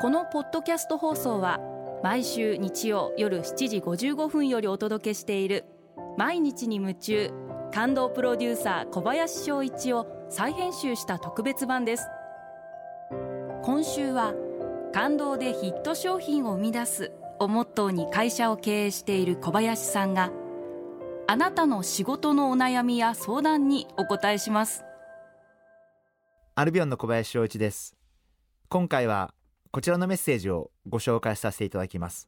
このポッドキャスト放送は毎週日曜夜7時55分よりお届けしている毎日に夢中感動プロデューサー小林翔一を再編集した特別版です。今週は感動でヒット商品を生み出すをモットーに会社を経営している小林さんがあなたの仕事のお悩みや相談にお答えします。 アルビオンの小林翔一です。今回はこちらのメッセージをご紹介させていただきます。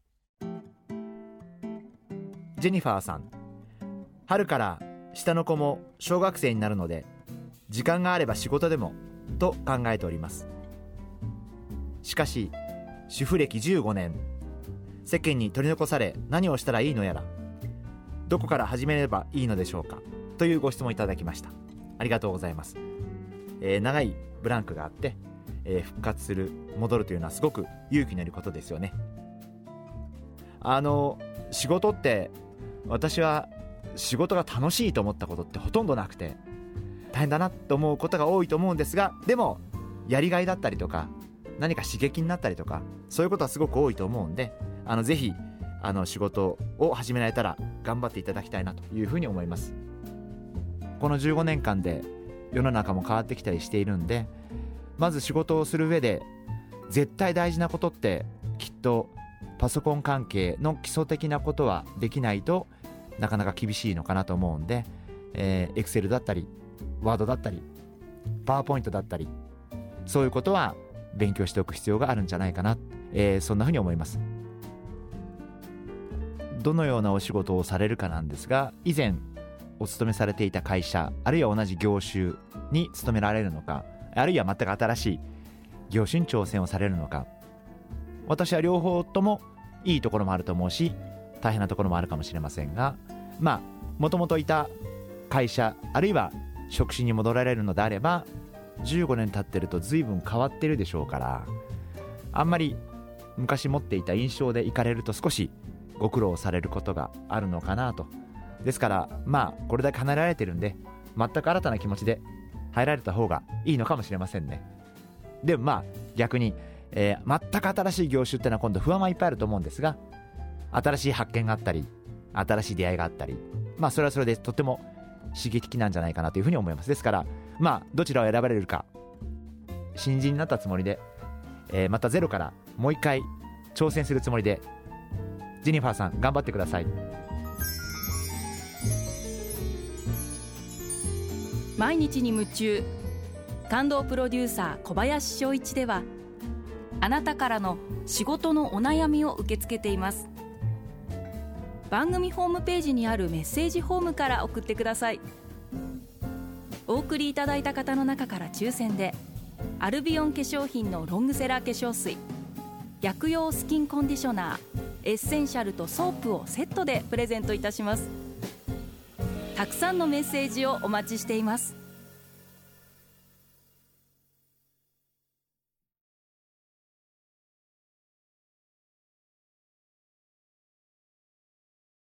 ジェニファーさん、春から下の子も小学生になるので時間があれば仕事でもと考えております。しかし主婦歴15年、世間に取り残され何をしたらいいのやら、どこから始めればいいのでしょうかというご質問いただきました。ありがとうございます。長いブランクがあって、復活する、戻るというのはすごく勇気のいることですよね。仕事って私は仕事が楽しいと思ったことってほとんどなくて大変だなと思うことが多いと思うんですが、でもやりがいだったりとか何か刺激になったりとかそういうことはすごく多いと思うんで、ぜひ仕事を始められたら頑張っていただきたいなというふうに思います。この15年間で世の中も変わってきたりしているんで、まず仕事をする上で絶対大事なことってきっとパソコン関係の基礎的なことはできないとなかなか厳しいのかなと思うんで、Excel だったり Word だったり PowerPoint だったりそういうことは勉強しておく必要があるんじゃないかな、そんなふうに思います。どのようなお仕事をされるかなんですが、以前お勤めされていた会社あるいは同じ業種に勤められるのか、あるいは全く新しい業種に挑戦をされるのか、私は両方ともいいところもあると思うし大変なところもあるかもしれませんが、もともといた会社あるいは職種に戻られるのであれば15年経ってると随分変わってるでしょうから、あんまり昔持っていた印象で行かれると少しご苦労されることがあるのかなと。ですからこれだけ離れられてるんで全く新たな気持ちで入られた方がいいのかもしれませんね。でも逆に、全く新しい業種ってのは今度不安はいっぱいあると思うんですが、新しい発見があったり新しい出会いがあったり、それはそれでとても刺激的なんじゃないかなというふうに思います。ですからどちらを選ばれるか新人になったつもりで、またゼロからもう一回挑戦するつもりでジェニファーさん頑張ってください。 毎日に夢中感動プロデューサー小林翔一ではあなたからの仕事のお悩みを受け付けています。番組ホームページにあるメッセージフォームから送ってください。お送りいただいた方の中から抽選でアルビオン化粧品のロングセラー化粧水、薬用スキンコンディショナー、エッセンシャルとソープをセットでプレゼントいたします。たくさんのメッセージをお待ちしています。